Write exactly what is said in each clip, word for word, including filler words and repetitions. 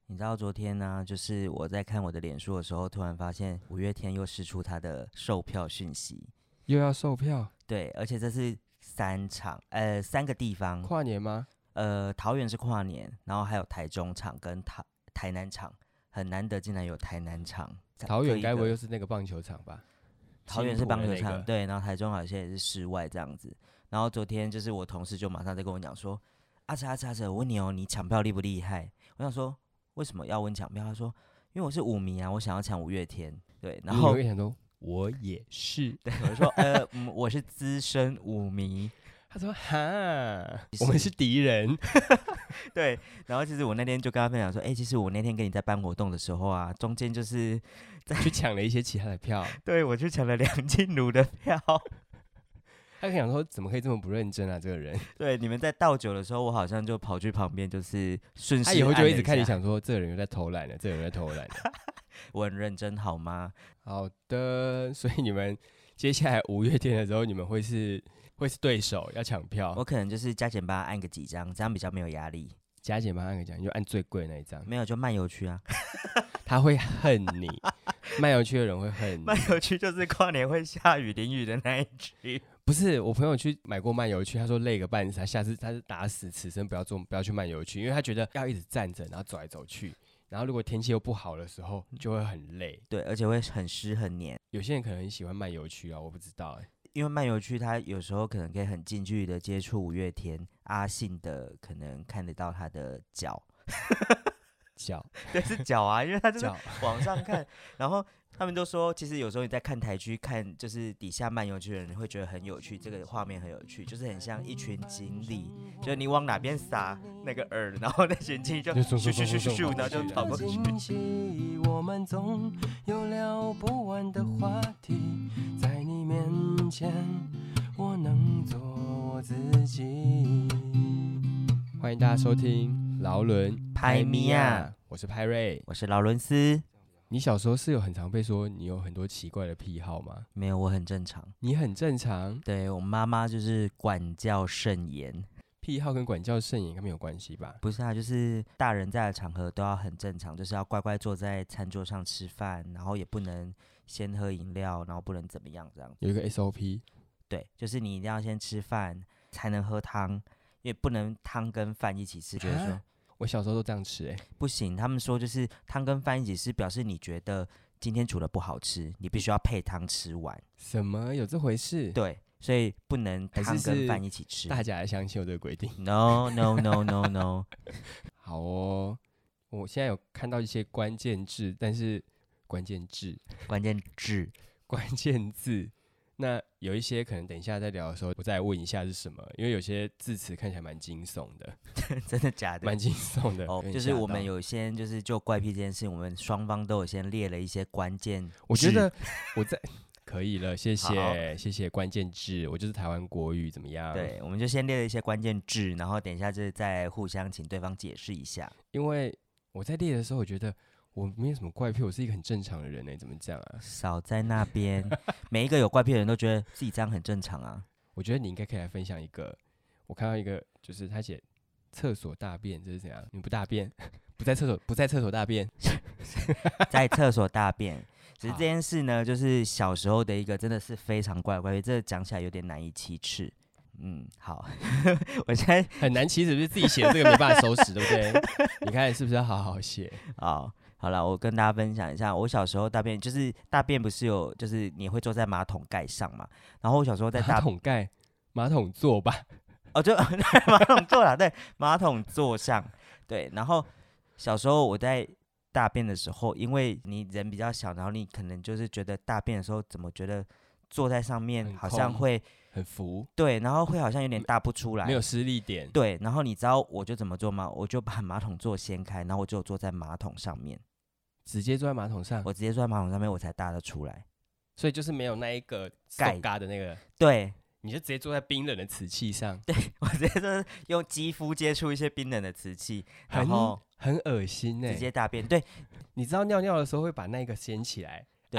你知道昨天呢、就是我在看我的脸书的时候，突然发现五月天又释出他的售票讯息， 又要售票？ 对，而且这是三场，呃，三个地方， 跨年吗？ 呃，桃园是跨年，然后还有台中场跟台台南场，很难得竟然有台南场。 桃园该不会各一个又是那个棒球场吧？ 桃园是棒球场， 青浦的那个对，然后台中好像也是室外这样子。然后昨天就是我同事就马上在跟我讲说，阿哲阿哲阿哲，我问你哦，你抢票厉不厉害？我想说为什么要问抢票？他说因为我是舞迷啊，我想要抢五月天。对，然后我想说我也是。 对我就说呃，嗯，我是资深舞迷。 他说哈，我们是敌人。 对，然后其实我那天就跟他分享说，哎、欸，其实我那天跟你在办活动的时候啊，中间就是在去抢了一些其他的票。 对，我去抢了梁静茹的票。 他想说怎么可以这么不认真啊，这个人。 对，你们在倒酒的时候，我好像就跑去旁边，就是顺势。 他以后就会一直看你，想说这个人又在偷懒了，这个人在偷懒了。 我很认真好吗？ 好的，所以你们接下来五月天的时候，你们会是会是对手，要抢票。 我可能就是加减八按个几张，这样比较没有压力。 加减八按个几张，你就按最贵的那一张。 没有，就漫游区啊。 他会恨你，漫游区的人会恨你。 漫游区就是跨年会下雨淋雨的那一区。 不是，我朋友去买过漫游区，他说累个半死，他下次他是打死此生不要做，不要去漫游区，因为他觉得要一直站着，然后走来走去，然后如果天气又不好的时候，就会很累。 对，而且会很湿很黏。 有些人可能很喜欢漫游区啊，我不知道哎、欸。 因为漫游区它有时候可能可以很近距离的接触五月天，阿信的可能看得到他的脚。 脚对，是脚啊，因为他就是往上看，然后他们都说，其实有时候你在看台区看，就是底下漫游区的人会觉得很有趣，这个画面很有趣，就是很像一群锦鲤，就是你往哪边撒那个饵，然后那群锦鲤就咻咻咻咻咻，然后就跑过去。 我们总有聊不完的话题，在你面前我能做我自己。欢迎大家收听劳伦派米亚， 我是派瑞， 我是劳伦斯。 你小时候是有很常被说你有很多奇怪的癖好吗？ 没有，我很正常。 你很正常？ 对，我妈妈就是管教甚严。 癖好跟管教甚严应该没有关系吧？ 不是啊，就是大人在的场合都要很正常，就是要乖乖坐在餐桌上吃饭，然后也不能先喝饮料，然后不能怎么样这样子。 有一个 S O P。 对，就是你一定要先吃饭才能喝汤，因为不能汤跟饭一起吃。觉得说， 我小时候都这样吃、欸，哎， 不行。他们说就是汤跟饭一起吃，表示你觉得今天煮的不好吃，你必须要配汤吃完。 什么有这回事？ 对，所以不能汤跟饭一起吃。 大家还相信有这个规定 ？No No No No No。 好哦，我现在有看到一些关键字，但是关键字、 关键字、 关键字。那有一些可能等一下在聊的时候，我再来问一下是什么，因为有些字词看起来蛮惊悚的。 真的假的？ 蛮惊悚的哦，就是我们有先就是就怪癖这件事，我们双方都有先列了一些关键字。 我觉得我在可以了，谢谢谢谢关键字，我就是台湾国语怎么样？ 对，我们就先列了一些关键字，然后等一下就是再互相请对方解释一下。 因为我在列的时候，我觉得我没有什么怪癖，我是一个很正常的人呢、欸，怎么这样啊？ 少在那边，每一个有怪癖的人都觉得自己这样很正常啊。 我觉得你应该可以来分享一个，我看到一个，就是他写厕所大便，这是怎样？你不大便，不在厕所，不在厕所大便， 在厕所大便。只是这件事呢，就是小时候的一个真的是非常怪怪，这讲起来有点难以启齿。嗯，好，我现在很难启齿，不是自己写的这个没办法收拾，对不对？你看是不是要好好写？ 哦，好了，我跟大家分享一下，我小时候大便就是大便不是有，就是你会坐在马桶盖上嘛，然后我小时候在大马桶盖，马桶座吧？ 哦，就马桶座啦，对，马桶座上，对，然后小时候我在大便的时候，因为你人比较小，然后你可能就是觉得大便的时候怎么觉得坐在上面好像会很浮， 对，然后会好像有点大不出来， 没有施力点。 对，然后你知道我就怎么做吗？我就把马桶座掀开，然后我就坐在马桶上面， 直接坐在马桶上。 我直接坐在马桶上面，我才大得出来。 所以就是没有那一个盖嘎的那个， 对， 你就直接坐在冰冷的瓷器上。 对，我直接就是用肌肤接触一些冰冷的瓷器，然后很恶心哎、欸， 直接大便。对， 你知道尿尿的时候会把那个掀起来，啊，那个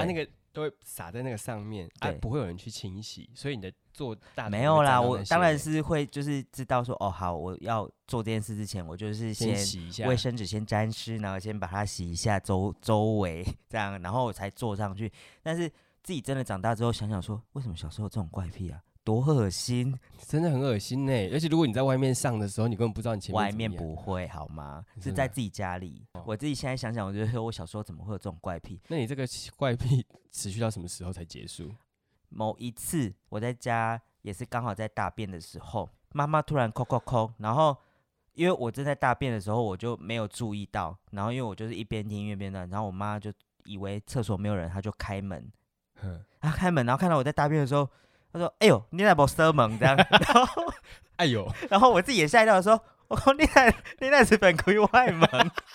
都会撒在那个上面，啊，不会有人去清洗，所以你的做大没有啦，我当然是会就是知道说哦好，我要做这件事之前，我就是先洗一下， 卫生纸先沾湿，然后先把它洗一下周周围这样，然后我才坐上去。但是自己真的长大之后想想说，为什么小时候有这种怪癖啊？多恶心， 真的很恶心呢！而且如果你在外面上的时候，你根本不知道你前面外面不会好吗？是在自己家里。哦、我自己现在想想，我觉得我小时候怎么会有这种怪癖？ 那你这个怪癖持续到什么时候才结束？ 某一次我在家也是刚好在大便的时候，妈妈突然叩叩叩，然后因为我正在大便的时候，我就没有注意到，然后因为我就是一边听音乐边的，然后我妈就以为厕所没有人，她就开门，她开门，然后看到我在大便的时候。他说：“哎呦，你那不塞门这样。”然后， 哎呦， 然后我自己也吓一跳，说：“我说你那，你那是本开外门。”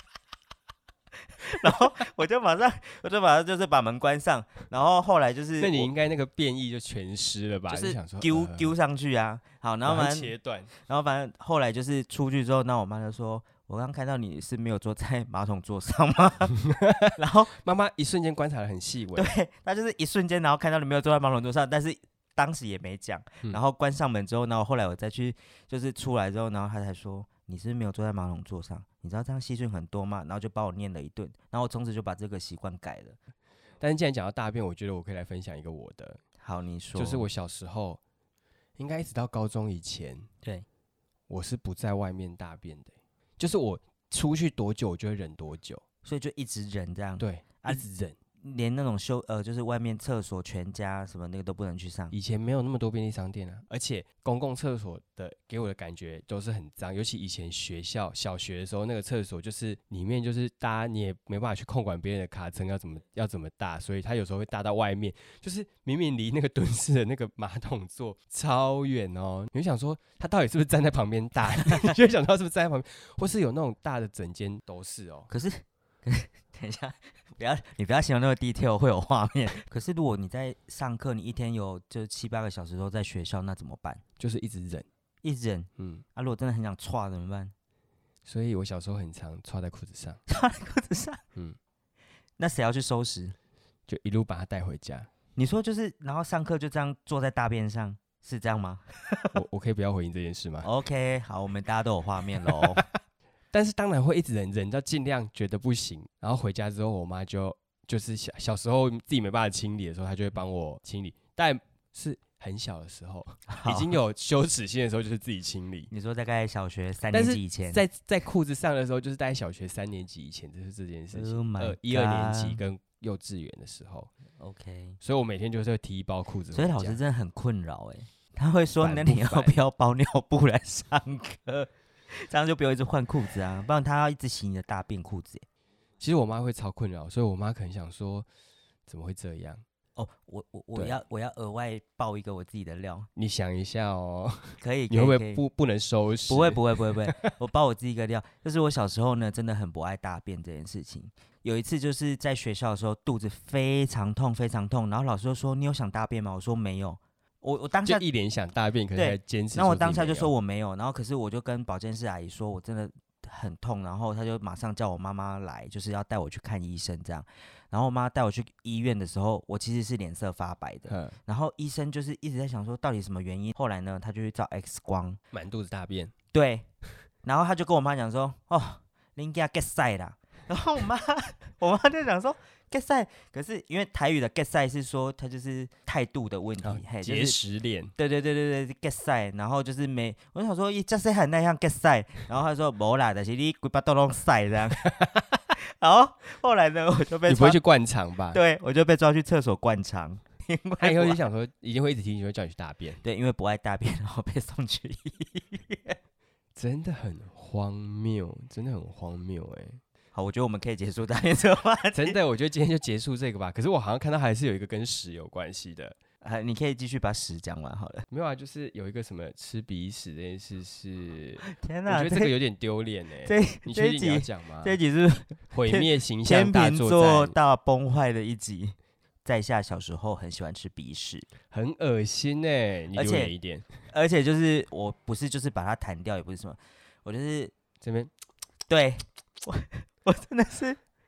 然后我就马上，我就马上就是把门关上。然后后来就是， 那你应该那个便意就全湿了吧？ 就是想说丢丢上去啊。好，然后反正切断， 然后反正后来就是出去之后，那我妈就说：“我刚看到你是没有坐在马桶座上吗？”然后妈妈一瞬间观察得很细微， 对，她就是一瞬间，然后看到你没有坐在马桶座上，但是。当时也没讲，然后关上门之后，然后后来我再去，就是出来之后，然后他才说你是不是没有坐在马桶座上，你知道这样细菌很多吗？然后就把我念了一顿，然后我从此就把这个习惯改了。 但是既然讲到大便，我觉得我可以来分享一个我的。 好，你说。 就是我小时候，应该一直到高中以前， 对， 我是不在外面大便的，就是我出去多久我就会忍多久， 所以就一直忍这样。 对，啊、一直忍。 连那种修呃，就是外面厕所、全家什么那个都不能去上。 以前没有那么多便利商店啊，而且公共厕所的给我的感觉都是很脏，尤其以前学校小学的时候，那个厕所就是里面就是大家你也没办法去控管别人的卡层要怎么要怎么大，所以他有时候会大到外面，就是明明离那个蹲式的那个马桶座超远哦，你会想说他到底是不是站在旁边大，你就会想到是不是站在旁边，或是有那种大的整间都是哦。 可是，可是等一下。不要，你不要形容那么 detail， 会有画面。可是如果你在上课，你一天有就七八个小时都在学校，那怎么办？ 就是一直忍， 一直忍。嗯，啊，如果真的很想剉怎么办？ 所以我小时候很常剉在裤子上， 剉在裤子上。嗯，那谁要去收拾？ 就一路把它带回家。 你说就是，然后上课就这样坐在大便上，是这样吗？ 我我可以不要回应这件事吗 ？OK， 好，我们大家都有画面喽。 但是当然会一直忍，忍到尽量觉得不行，然后回家之后，我妈就就是小小时候自己没办法清理的时候，她就会帮我清理。但是很小的时候，已经有羞耻心的时候，就是自己清理。 你说大概小学三年级以前， 在在裤子上的时候，就是大概小学三年级以前，就是这件事情。 Oh my God， 一二年级跟幼稚园的时候 ，OK。 所以我每天就是会提一包裤子回家。 所以老师真的很困扰哎，他会说：“那你要不要包尿布来上课？”这样就不用一直换裤子啊，不然他要一直洗你的大便裤子。 其实我妈会超困扰，所以我妈可能想说，怎么会这样？ 哦，我我我要我要额外爆一个我自己的料。 你想一下哦， 可以， 你会不会不不能收拾？ 不会不会不会不会，我爆我自己一个料，就是我小时候呢，真的很不爱大便这件事情。有一次就是在学校的时候，肚子非常痛非常痛，然后老师就说：“你有想大便吗？”我说没有。我我当下就一脸想大便，可是还坚持。 然后我当下就说我没有，然后可是我就跟保健室阿姨说我真的很痛，然后她就马上叫我妈妈来，就是要带我去看医生这样。然后我妈带我去医院的时候，我其实是脸色发白的，然后医生就是一直在想说到底什么原因。后来呢，他就去照 X 光， 满肚子大便。 对，然后他就跟我妈讲说：“哦，你给他 get 晒啦。”然后我妈我妈就讲说。get 晒，可是因为台语的 get 晒是说它就是态度的问题， 哦、 嘿， 结石脸、就是， 对对对对对 get 晒，然后就是没，我想说，咦，这些很那样 get 晒，然后他说没啦，但是你规把都弄晒这样，然后后来呢，我就被你不会去灌肠吧？ 对，我就被抓去厕所灌肠，因为他以后就想说，一定会一直提醒，会叫你去大便， 对，因为不爱大便，然后被送去医院， 真的很荒谬，真的很荒谬哎、欸。 好，我觉得我们可以结束大便这个话题。 真的，我觉得今天就结束这个吧。可是我好像看到还是有一个跟屎有关系的， 啊，你可以继续把屎讲完好了。 没有啊，就是有一个什么吃鼻屎这件事是， 天哪， 我觉得这个有点丢脸哎。 这你确定你要讲吗？ 这一集是毁灭形象大作战， 天秤座大崩坏的一集。在下小时候很喜欢吃鼻屎， 很恶心哎，你留远一点。 而且就是我不是就是把它弹掉，也不是什么，我就是这边对我。我真的是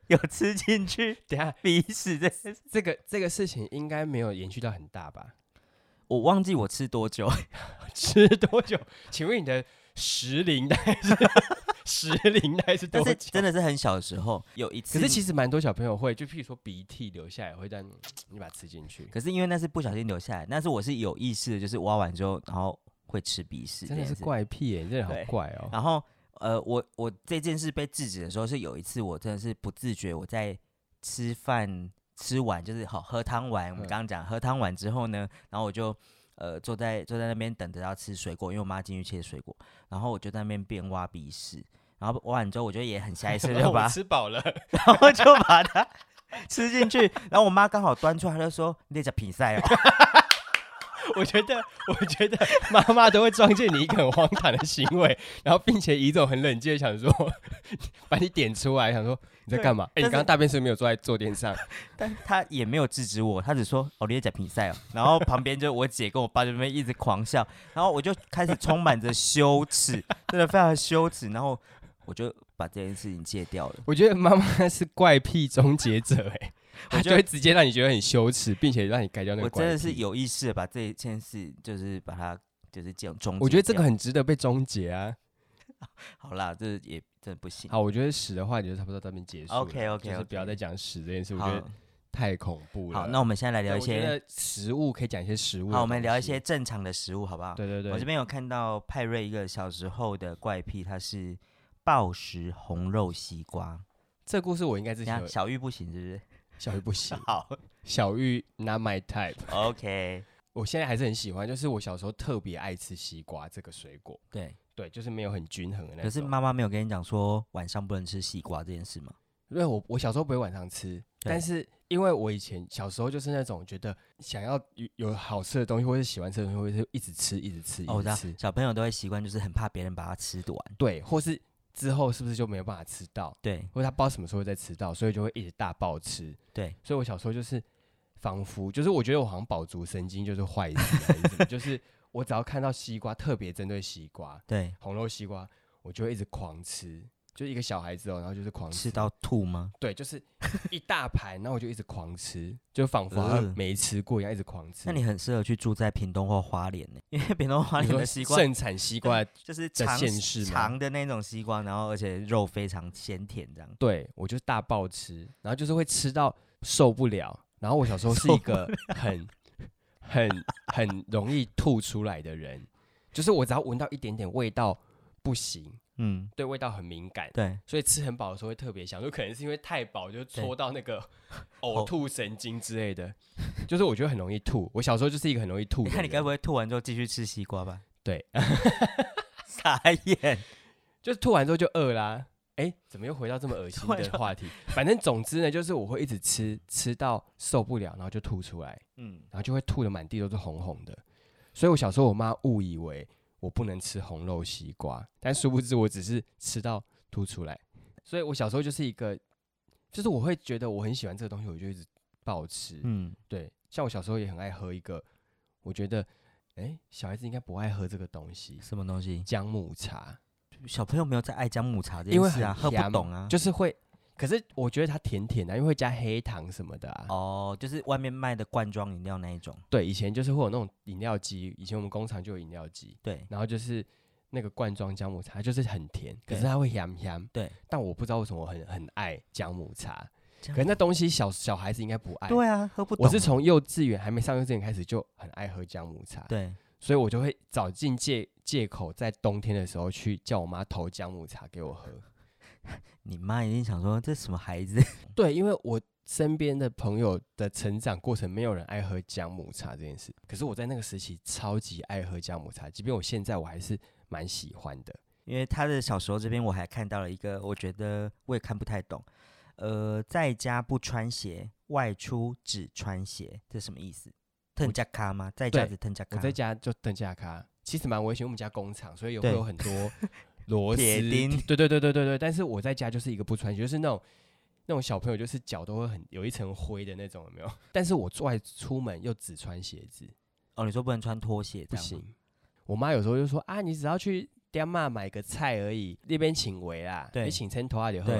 有吃进去？ 等下鼻屎这这个这个事情应该没有延续到很大吧？ 我忘记我吃多久， 吃多久？请问你的时龄大概是时龄大概是多久？ 但是真的是很小的时候有一次， 可是其实蛮多小朋友会，就譬如说鼻涕流下来会这样，你把它吃进去。 可是因为那是不小心流下来，但是我是有意识的，就是挖完之后，然后会吃鼻屎， 真的是怪癖耶，你真的好怪哦。 然后呃，我我这件事被制止的时候，是有一次我真的是不自觉，我在吃饭吃完就是好喝汤完，我们刚刚讲喝汤完之后呢，然后我就呃坐在坐在那边等着要吃水果，因为我妈进去切水果，然后我就在那边边挖鼻屎，然后挖完之后我就也很下意识就把吃饱了， 然后就把它吃进去，然后我妈刚好端出来，她就说你在讲比赛哦。 我觉得，我觉得妈妈都会撞见你一个很荒唐的行为，然后并且以一种很冷静的想说，把你点出来，想说你在干嘛？哎、欸，你刚刚大便是不是没有坐在坐垫上？ 但她也没有制止我，她只说哦，你在讲比赛哦。然后旁边就我姐跟我爸就那边一直狂笑，然后我就开始充满着羞耻，真的非常羞耻，然后我就把这件事情戒掉了。 我觉得妈妈是怪癖终结者，哎。他就会直接让你觉得很羞耻，并且让你改掉那个怪癖。 我真的是有意识的把这件事，就是把它就是这样终结。 我觉得这个很值得被终结啊。 好啦，这也真的不行。 好，我觉得屎的话，你就差不多到这边结束了。 OK OK， 就是不要再讲屎这件事，我觉得太恐怖了。 好，那我们现在来聊一些， 我觉得食物可以讲一些食物。 好，我们聊一些正常的食物，好不好？ 对对对。 我这边有看到派瑞一个小时候的怪癖，他是暴食红肉西瓜。 这故事我应该之前有小玉不行，是不是？ 小玉不行， 好， 小玉 not my type。OK， 我现在还是很喜欢，就是我小时候特别爱吃西瓜这个水果。 对对，就是没有很均衡的那种。 可是妈妈没有跟你讲说晚上不能吃西瓜这件事吗？ 因为我我小时候不会晚上吃，但是因为我以前小时候就是那种觉得想要有好吃的东西，或是喜欢吃的东西，会是一直吃，一直吃，一直吃。哦，我知道， 小朋友都会习惯，就是很怕别人把它吃完。 对，或是。之后是不是就没有办法吃到？ 对， 或者他不知道什么时候会再吃到，所以就会一直大爆吃。 对， 所以我小时候就是仿佛就是我觉得我好像饱足神经就是坏死还是什么，就是我只要看到西瓜，特别针对西瓜， 对， 红肉西瓜，我就会一直狂吃。就一个小孩子哦，然后就是狂吃， 吃到吐吗？ 对，就是一大盘，然后我就一直狂吃，就仿佛好像没吃过一样，一直狂吃。 那你很适合去住在屏东或花莲呢，因为屏东花莲的西瓜盛产西瓜就是长长的那种西瓜，然后而且肉非常鲜甜这样。 对，我就是大爆吃，然后就是会吃到受不了。然后我小时候是一个很很很容易吐出来的人，就是我只要闻到一点点味道不行。嗯，对味道很敏感， 对， 所以吃很饱的时候会特别想，就可能是因为太饱就戳到那个呕吐神经之类的，就是我觉得很容易吐。我小时候就是一个很容易吐的人。 那你该不会吐完之后继续吃西瓜吧？ 对， 傻眼， 就是吐完之后就饿啦。哎，怎么又回到这么恶心的话题？反正总之呢，就是我会一直吃，吃到受不了，然后就吐出来，嗯，然后就会吐得满地都是红红的。所以我小时候我妈误以为我不能吃红肉西瓜，但殊不知我只是吃到吐出来。所以我小时候就是一个，就是我会觉得我很喜欢这个东西，我就一直暴吃。嗯，对，像我小时候也很爱喝一个，我觉得，哎，小孩子应该不爱喝这个东西。 什么东西？ 姜母茶。 小朋友没有在爱姜母茶这件事啊，喝不懂啊， 就是会。可是我觉得它甜甜的，因为会加黑糖什么的啊。 哦，就是外面卖的罐装饮料那一种。 对，以前就是会有那种饮料机，以前我们工厂就有饮料机。 对， 然后就是那个罐装姜母茶，就是很甜，可是它会香香。 对， 但我不知道为什么我很很爱姜母茶，可是那东西小小孩子应该不爱。 对啊，喝不懂。 我是从幼稚园还没上幼稚园开始就很爱喝姜母茶。 对， 所以我就会找尽借借口，在冬天的时候去叫我妈投姜母茶给我喝。 你妈一定想说这什么孩子？ 对，因为我身边的朋友的成长过程，没有人爱喝姜母茶这件事。可是我在那个时期超级爱喝姜母茶，即便我现在我还是蛮喜欢的。 因为他的小时候这边我还看到了一个，我觉得我也看不太懂。呃，在家不穿鞋，外出只穿鞋，这什么意思？腾加卡吗？在家只腾加卡？ 我在家就腾加卡，其实蛮危险。我们家工厂，所以会有很多螺丝、铁钉。对对对对对对。但是我在家就是一个不穿鞋，就是那种那种小朋友，就是脚都会很有一层灰的那种，有没有？但是我外出门又只穿鞋子。 哦，你说不能穿拖鞋？ 不行。我妈有时候就说啊，你只要去店妈买个菜而已，那边请围啦，你请称头啊就好啦。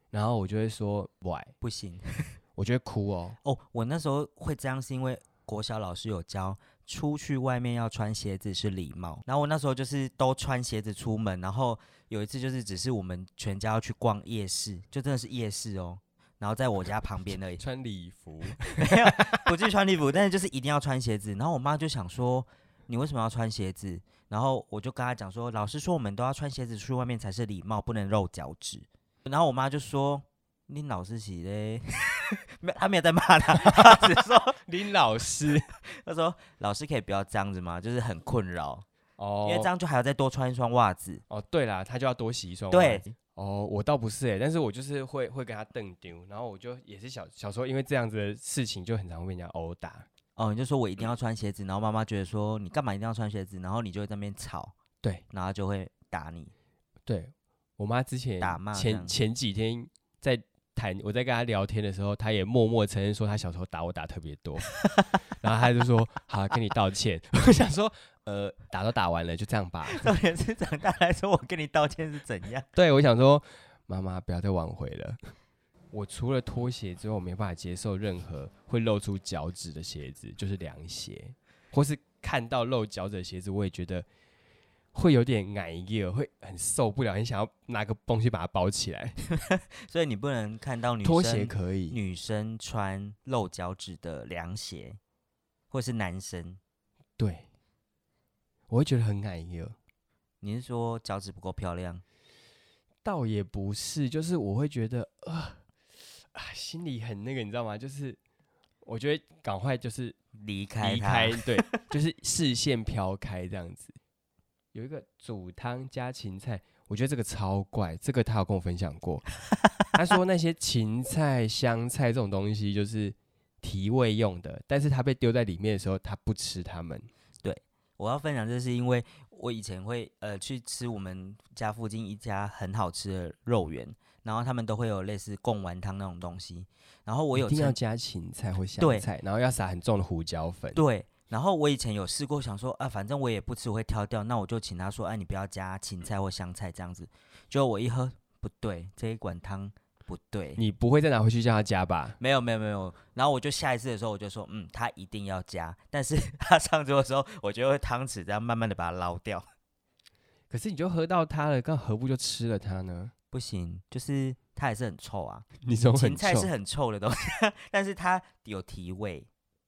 然后我就会说 why 不行， 我就会哭哦。 哦，我那时候会这样是因为国小老师有教出去外面要穿鞋子是礼貌，然后我那时候就是都穿鞋子出门，然后有一次就是只是我们全家要去逛夜市，就真的是夜市哦，然后在我家旁边而已， 穿礼服没有不去穿礼服，但是就是一定要穿鞋子，然后我妈就想说你为什么要穿鞋子，然后我就跟她讲说老师说我们都要穿鞋子出去外面才是礼貌，不能露脚趾，然后我妈就说你老师是嘞，没他没有在骂他，他只说林老师， 他说老师可以不要这样子吗？就是很困扰哦， 因为这样就还要再多穿一双袜子。 哦，对啦，他就要多洗一双袜对子。哦，我倒不是哎、欸，但是我就是会会跟他瞪丢，然后我就也是小小时候因为这样子的事情就很常被人家殴打。 哦，你就说我一定要穿鞋子，然后妈妈觉得说你干嘛一定要穿鞋子，然后你就会在那边吵， 对， 然后就会打你。 对我妈之前打骂这样前前几天在谈，我在跟她聊天的时候，她也默默承认说她小时候打我打特别多，然后她就说好跟你道歉。我想说呃打都打完了就这样吧。 重点是长大来说我跟你道歉是怎样？ 对，我想说妈妈不要再挽回了。我除了拖鞋之后，我没办法接受任何会露出脚趾的鞋子，就是凉鞋，或是看到露脚趾的鞋子，我也觉得会有点矮热，会很受不了，很想要拿个东西把它包起来。 所以你不能看到女生拖鞋可以， 女生穿露脚趾的凉鞋，或是男生， 对，我会觉得很矮热。 你是说脚趾不够漂亮？ 倒也不是，就是我会觉得呃啊，心里很那个，你知道吗？就是我觉得赶快就是离开离开，对，就是视线飘开这样子。有一个煮汤加芹菜，我觉得这个超怪，这个他有跟我分享过。他说那些芹菜、香菜这种东西就是提味用的，但是他被丢在里面的时候，他不吃它们。 对，我要分享这是因为我以前会呃去吃我们家附近一家很好吃的肉圆，然后他们都会有类似贡丸汤那种东西，然后我有一定要加芹菜或香菜，然后要撒很重的胡椒粉。 对。然后我以前有试过，想说啊，反正我也不吃，我会挑掉，那我就请他说，哎、啊，你不要加芹菜或香菜这样子。结果我一喝，不对，这一碗汤不对。 你不会再拿回去叫他加吧？ 没有没有没有。然后我就下一次的时候，我就说，嗯，他一定要加。但是他上桌的时候，我就会汤匙这样慢慢的把它捞掉。 可是你就喝到它了，刚何不就吃了它呢？ 不行，就是它也是很臭啊。 你说很臭？ 芹菜是很臭的东西，但是它有提味。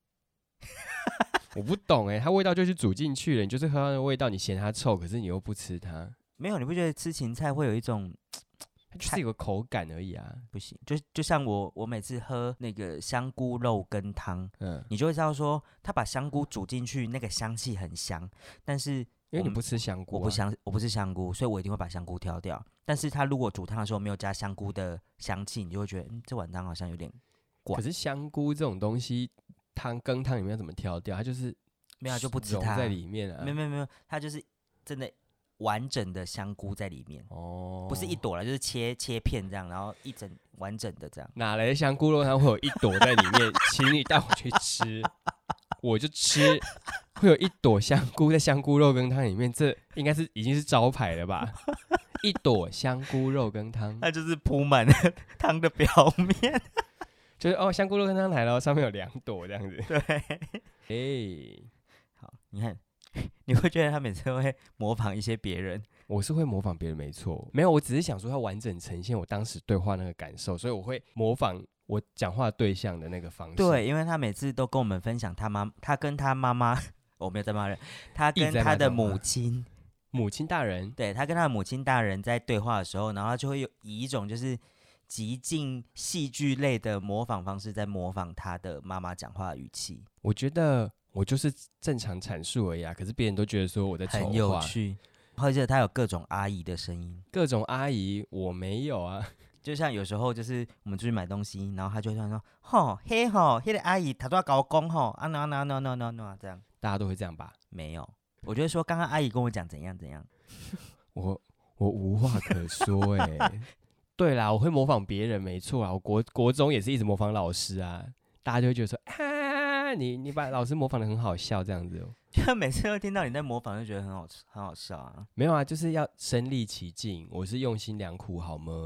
我不懂哎、欸，它味道就是煮进去了，你就是喝到那个味道，你嫌它臭，可是你又不吃它。 没有，你不觉得吃芹菜会有一种， 它就是有个口感而已啊。 不行，就就像我，我每次喝那个香菇肉羹汤，嗯，你就会知道说，他把香菇煮进去，那个香气很香，但是因为你不吃香菇、啊， 我不香，我不吃香菇，所以我一定会把香菇挑掉。但是他如果煮汤的时候没有加香菇的香气，你就会觉得，嗯，这碗汤好像有点怪。 可是香菇这种东西。汤羹汤里面要怎么挑掉？它就是没有就不吃它在里面啊。 没有没有没有，它就是真的完整的香菇在里面哦，不是一朵啦，就是切切片这样，然后一整完整的这样。 哪来的香菇肉汤会有一朵在里面？请你带我去吃，我就吃。会有一朵香菇在香菇肉羹汤里面，这应该是已经是招牌了吧？一朵香菇肉羹汤， 它就是铺满了汤的表面。 就是哦，香菇肉羹汤来了，上面有两朵这样子。 对， 哎、欸， 好，你看，你会觉得他每次会模仿一些别人？ 我是会模仿别人，没错。没有，我只是想说，要完整呈现我当时对话那个感受，所以我会模仿我讲话对象的那个方式。 对，因为他每次都跟我们分享他妈，他跟他妈妈，我没有在骂人，他跟他的母亲， 母亲大人， 对他跟他的母亲大人在对话的时候，然后他就会有以一种就是极尽戏剧类的模仿方式在模仿他的妈妈讲话的语气。 我觉得我就是正常阐述而已啊，可是别人都觉得说我在丑化， 很有趣。而且他有各种阿姨的声音， 各种阿姨我没有啊。 就像有时候就是我们出去买东西，然后他就会说：“吼，嘿吼，那个阿姨她都要跟我讲吼，啊 no no no no no no 这样。” 大家都会这样吧？ 没有，我就会说刚刚阿姨跟我讲怎样怎样， 我我无话可说哎、欸。对啦，我会模仿别人，没错啊。我国国中也是一直模仿老师啊，大家就会觉得说，啊，你你把老师模仿的很好笑这样子哦。 就每次都听到你在模仿，就觉得很好很好笑啊。 没有啊，就是要身临其境，我是用心良苦好吗？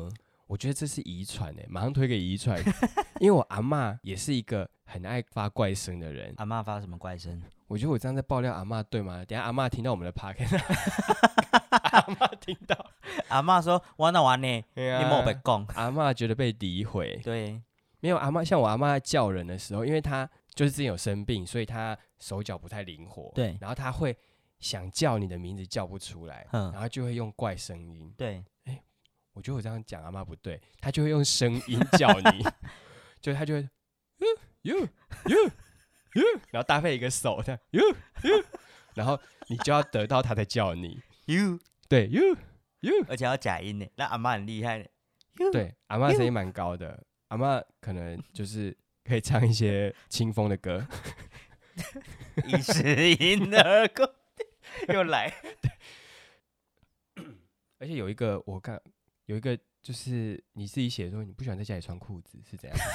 我觉得这是遗传诶，马上推给遗传，因为我阿嬷也是一个很爱发怪声的人。 阿嬷发什么怪声？ 我觉得我这样在爆料阿嬷对吗？等一下阿嬷听到我们的 podcast， 阿嬷听到， 阿嬷说我那玩呢，你莫被讲。 阿嬷觉得被诋毁。 对， 没有阿嬷，像我阿嬷在叫人的时候，因为她就是之前有生病，所以她手脚不太灵活。 对， 然后她会想叫你的名字叫不出来，然后就会用怪声音。 对， 哎，我觉得我这样讲阿嬷不对，她就会用声音叫你，就她就会哟哟哟。然后搭配一个手这样，呦呦，然后你就要得到他在叫你， 呦， 对，呦呦， 而且要假音呢，那阿嬷很厉害， 对，阿嬷声音蛮高的，阿嬷可能就是可以唱一些清风的歌， 一时因而过，又来， 而且有一个我看有一个就是你自己写说你不喜欢在家里穿裤子是怎样？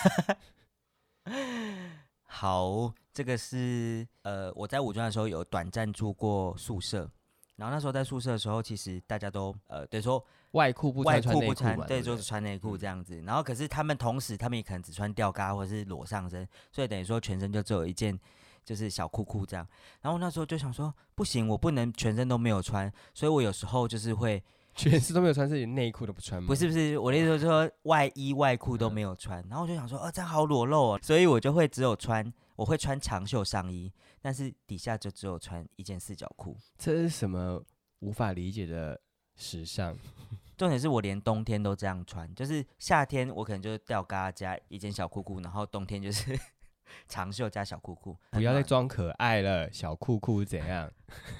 好，这个是呃，我在五专的时候有短暂住过宿舍，然后那时候在宿舍的时候，其实大家都呃，对说外裤不穿，穿内裤嘛， 对，就是穿内裤这样子。然后可是他们同时，他们也可能只穿吊嘎或者是裸上身，所以等于说全身就只有一件就是小裤裤这样。然后那时候就想说，不行，我不能全身都没有穿，所以我有时候就是会。 全身都没有穿，是连内裤都不穿吗？ 不是不是，我的意思是说外衣外裤都没有穿，然后我就想说，哦，这样好裸露哦，所以我就会只有穿，我会穿长袖上衣，但是底下就只有穿一件四角裤。 这是什么无法理解的时尚？ 重点是我连冬天都这样穿，就是夏天我可能就是吊嘎加一件小裤裤，然后冬天就是长袖加小裤裤。 不要再装可爱了，小裤裤怎样？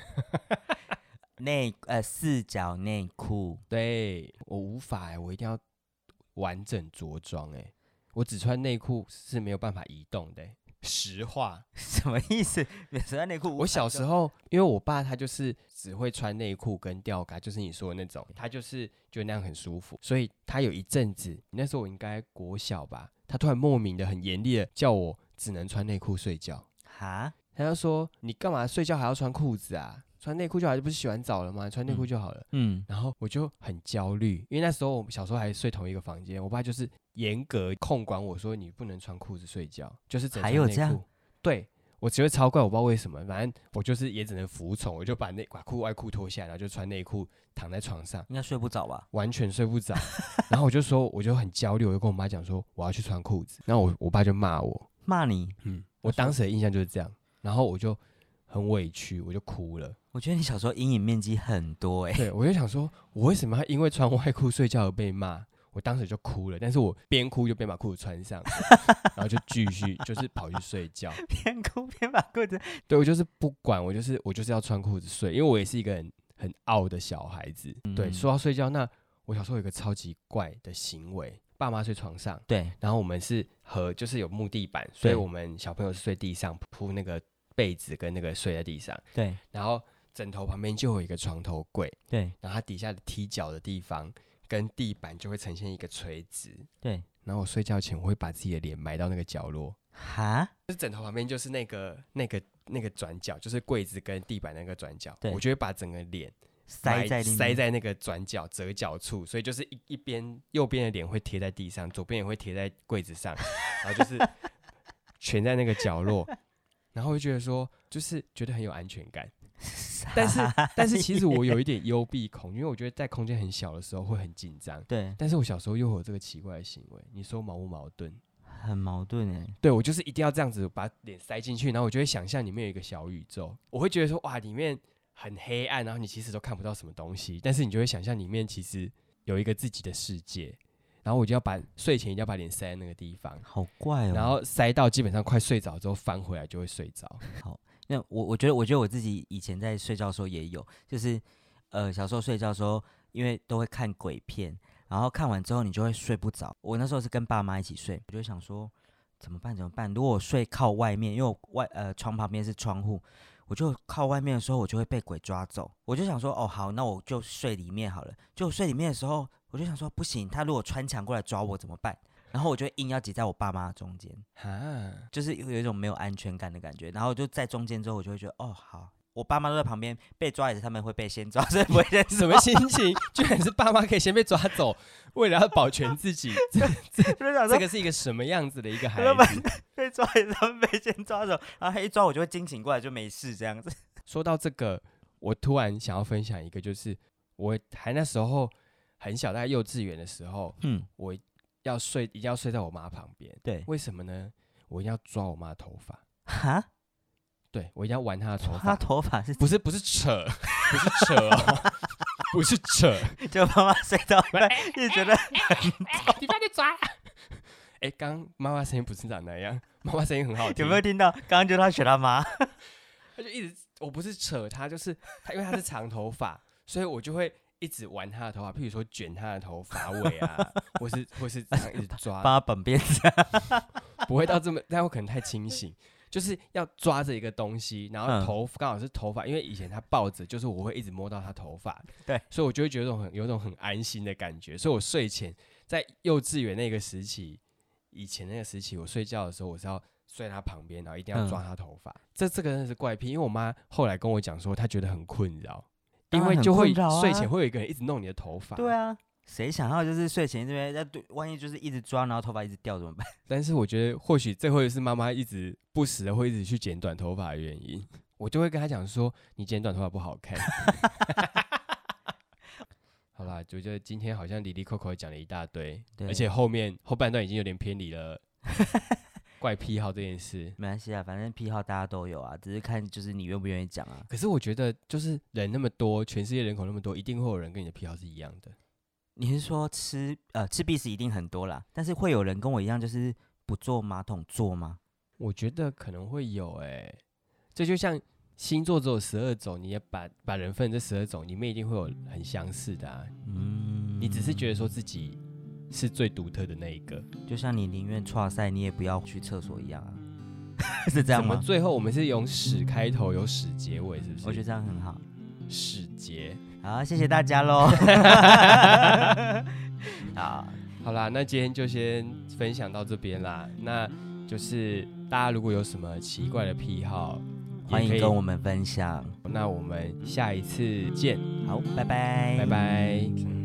内呃四角内裤， 对我无法哎、欸，我一定要完整着装哎，我只穿内裤是没有办法移动的、欸。实话， 什么意思？只穿内裤？ 我小时候，因为我爸他就是只会穿内裤跟吊嘎，就是你说的那种，他就是觉得那样很舒服，所以他有一阵子，那时候我应该国小吧，他突然莫名的很严厉的叫我只能穿内裤睡觉。 哈？ 他就说你干嘛睡觉还要穿裤子啊？穿内裤就好，不是洗完澡了吗？穿内裤就好了。嗯，然后我就很焦虑，因为那时候我们小时候还睡同一个房间，我爸就是严格控管我说你不能穿裤子睡觉，就是只能穿内裤。还有这样？对，我觉得超怪，我不知道为什么，反正我就是也只能服从，我就把内把裤外裤脱下来，然后就穿内裤躺在床上。 应该睡不着吧？ 完全睡不着。然后我就说，我就很焦虑，我就跟我妈讲说我要去穿裤子，然后我我爸就骂我， 骂你？ 嗯，我当时的印象就是这样，然后我就很委屈，我就哭了。 我觉得你小时候阴影面积很多哎、欸。 对，我就想说，我为什么要因为穿外裤睡觉而被骂？我当时就哭了，但是我边哭就边把裤子穿上，然后就继续就是跑去睡觉， 边哭边把裤子。 对，我就是不管，我就是我就是要穿裤子睡，因为我也是一个很很傲的小孩子。嗯、对，说到睡觉，那我小时候有一个超级怪的行为，爸妈睡床上， 对， 然后我们是和就是有木地板，所以我们小朋友是睡地上铺那个被子跟那个睡在地上， 对， 然后枕头旁边就有一个床头柜， 对， 然后它底下的踢脚的地方跟地板就会呈现一个垂直， 对， 然后我睡觉前我会把自己的脸埋到那个角落， 哈， 就是枕头旁边就是那个那个那个转角，就是柜子跟地板那个转角， 对， 我就会把整个脸塞在塞在那个转角折角处，所以就是一一边右边的脸会贴在地上，左边也会贴在柜子上，然后就是全在那个角落，然后我就觉得说，就是觉得很有安全感。但是但是其实我有一点幽闭恐，因为我觉得在空间很小的时候会很紧张。 对， 但是我小时候又有这个奇怪的行为，你说矛不矛盾？ 很矛盾哎。 对，我就是一定要这样子把脸塞进去，然后我就会想象里面有一个小宇宙，我会觉得说哇，里面很黑暗，然后你其实都看不到什么东西，但是你就会想象里面其实有一个自己的世界。然后我就要把睡前一定要把脸塞在那个地方， 好怪哦。 然后塞到基本上快睡着之后翻回来就会睡着。 好。那我我觉得，我觉得我自己以前在睡觉的时候也有，就是呃小时候睡觉的时候，因为都会看鬼片，然后看完之后你就会睡不着。我那时候是跟爸妈一起睡，我就想说怎么办怎么办？如果我睡靠外面，因为我外呃床旁边是窗户，我就靠外面的时候，我就会被鬼抓走。我就想说哦好，那我就睡里面好了。就睡里面的时候，我就想说不行，他如果穿墙过来抓我怎么办？然后我就硬要挤在我爸妈中间，就是有一种没有安全感的感觉。然后就在中间之后，我就会觉得哦好， 我爸妈都在旁边，被抓也是他们会被先抓，所以不会先抓。 什么心情？居然是爸妈可以先被抓走，为了要保全自己，这这这个是一个什么样子的一个孩子？ 被抓也是他们被先抓走，然后他一抓我就会惊醒过来，就没事这样子。 说到这个，我突然想要分享一个，就是我还那时候很小，大概幼稚园的时候，嗯，我要睡，一定要睡在我妈旁边。对，为什么呢？我一定要抓我妈的头发。哈？对，我一定要玩她的头发。 她头发是不是不是扯，不是扯哦，不是扯， 就妈妈睡到一半，一直觉得很痛。 你不要再抓。哎，刚刚妈妈声音不是长那样，妈妈声音很好听。 有没有听到？刚刚就他学他妈， 他就一直，我不是扯他，就是他，因为他是长头发，所以我就会一直玩他的头发，譬如说卷他的头发尾啊，或是或是这样一直抓， 帮他绑辫子， 不会到这么，但我可能太清醒，就是要抓着一个东西，然后头刚、嗯、好是头发，因为以前他抱着，就是我会一直摸到他头发，对，所以我就会觉得有种很有种很安心的感觉，所以我睡前在幼稚园那个时期。以前那个时期，我睡觉的时候，我是要睡他旁边，然后一定要抓他头发。嗯、这这个真的是怪癖，因为我妈后来跟我讲说，她觉得很困扰，因为就会、啊、睡前会有一个人一直弄你的头发。 对啊，谁想要就是睡前这边要对，万一就是一直抓，然后头发一直掉怎么办？ 但是我觉得或许这会是妈妈一直不时的会一直去剪短头发的原因。我就会跟她讲说，你剪短头发不好看。好啦，我觉得今天好像哩哩扣扣讲了一大堆，而且后面后半段已经有点偏离了怪癖好这件事。 没关系啊，反正癖好大家都有啊，只是看就是你愿不愿意讲啊。 可是我觉得就是人那么多，全世界人口那么多，一定会有人跟你的癖好是一样的。 你是说吃呃吃必食一定很多啦，但是会有人跟我一样就是不坐马桶坐吗？ 我觉得可能会有哎、欸，这就像。星座只有十二种，你也把把人分这十二种，里面一定会有很相似的啊。嗯，你只是觉得说自己是最独特的那一个， 就像你宁愿剉赛，你也不要去厕所一样啊，是这样吗？ 怎么最后我们是用屎开头，有屎结尾，是不是？ 我觉得这样很好， 屎结。 好，谢谢大家喽。 好，好啦，那今天就先分享到这边啦。那就是大家如果有什么奇怪的癖好。 欢迎跟我们分享， 那我们下一次见。 好，拜拜， 拜拜。